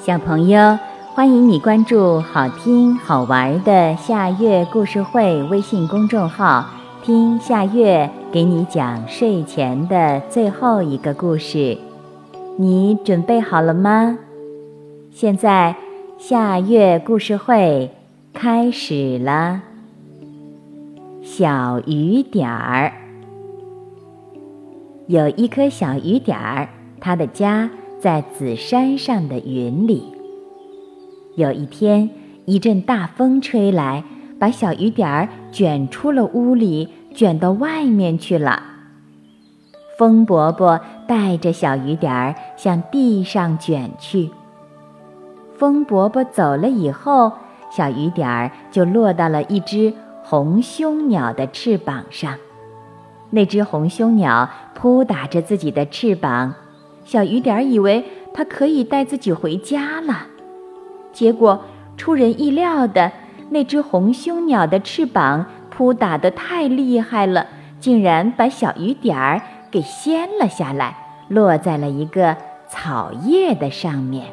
小朋友，欢迎你关注好听好玩的夏月故事会微信公众号，听夏月给你讲睡前的最后一个故事。你准备好了吗？现在夏月故事会开始了。小雨点儿。有一颗小雨点儿，它的家在紫山上的云里。有一天，一阵大风吹来，把小雨点儿卷出了屋里，卷到外面去了。风伯伯带着小雨点儿向地上卷去。风伯伯走了以后，小雨点儿就落到了一只红胸鸟的翅膀上。那只红胸鸟扑打着自己的翅膀，小雨点儿以为它可以带自己回家了。结果出人意料的，那只红胸鸟的翅膀扑打得太厉害了，竟然把小雨点儿给掀了下来，落在了一个草叶的上面。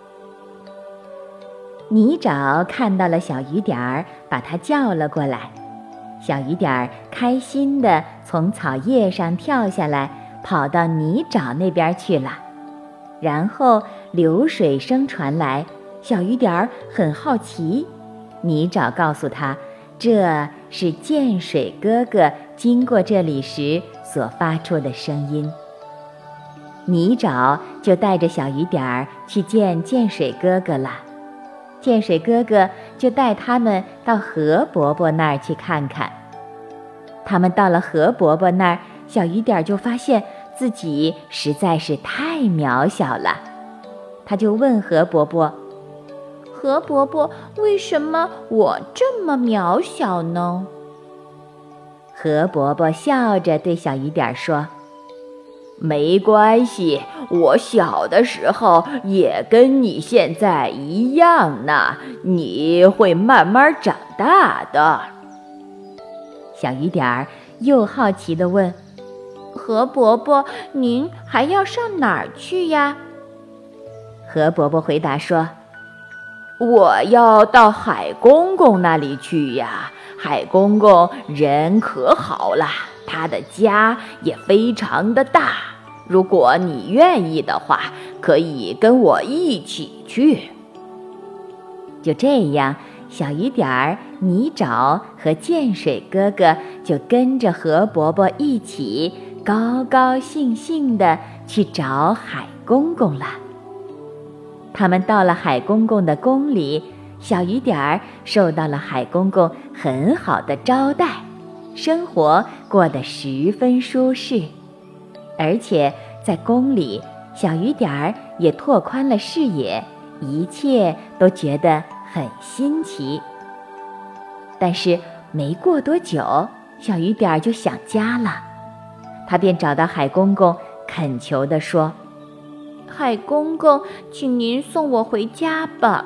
泥沼看到了小雨点儿，把它叫了过来。小雨点儿开心地从草叶上跳下来，跑到泥沼那边去了。然后流水声传来，小雨点儿很好奇。泥沼告诉他，这是涧水哥哥经过这里时所发出的声音。泥沼就带着小雨点儿去见涧水哥哥了。涧水哥哥就带他们到河伯伯那儿去看看。他们到了河伯伯那儿，小雨点就发现自己实在是太渺小了。他就问河伯伯：河伯伯，为什么我这么渺小呢？河伯伯笑着对小雨点说：没关系，我小的时候也跟你现在一样呢，你会慢慢长大的。小雨点儿又好奇地问：河伯伯，您还要上哪儿去呀？河伯伯回答说：我要到海公公那里去呀，海公公人可好了，他的家也非常的大，如果你愿意的话，可以跟我一起去。就这样，小雨点儿、泥沼和涧水哥哥就跟着河伯伯一起高高兴兴地去找海公公了。他们到了海公公的宫里，小雨点儿受到了海公公很好的招待，生活过得十分舒适。而且在宫里，小雨点儿也拓宽了视野，一切都觉得很新奇。但是没过多久，小雨点儿就想家了。他便找到海公公，恳求地说：海公公，请您送我回家吧。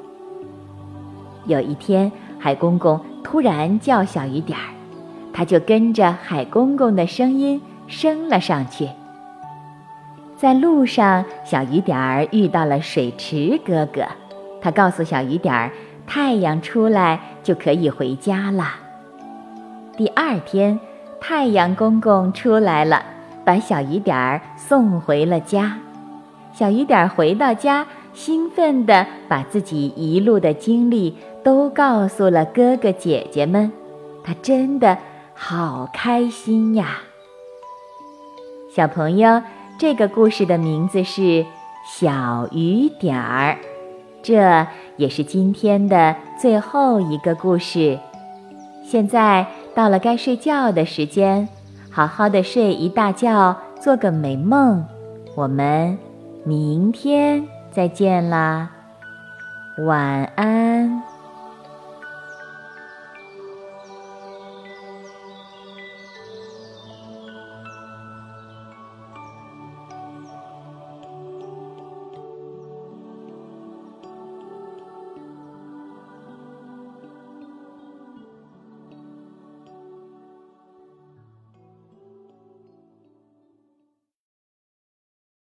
有一天，海公公突然叫小雨点儿，他就跟着海公公的声音升了上去。在路上，小雨点儿遇到了水池哥哥，他告诉小雨点儿，太阳出来就可以回家了。第二天，太阳公公出来了，把小雨点儿送回了家。小雨点儿回到家，兴奋地把自己一路的经历都告诉了哥哥姐姐们，他真的好开心呀。小朋友，这个故事的名字是小雨点儿，这也是今天的最后一个故事。现在到了该睡觉的时间，好好的睡一大觉，做个美梦。我们明天再见啦，晚安。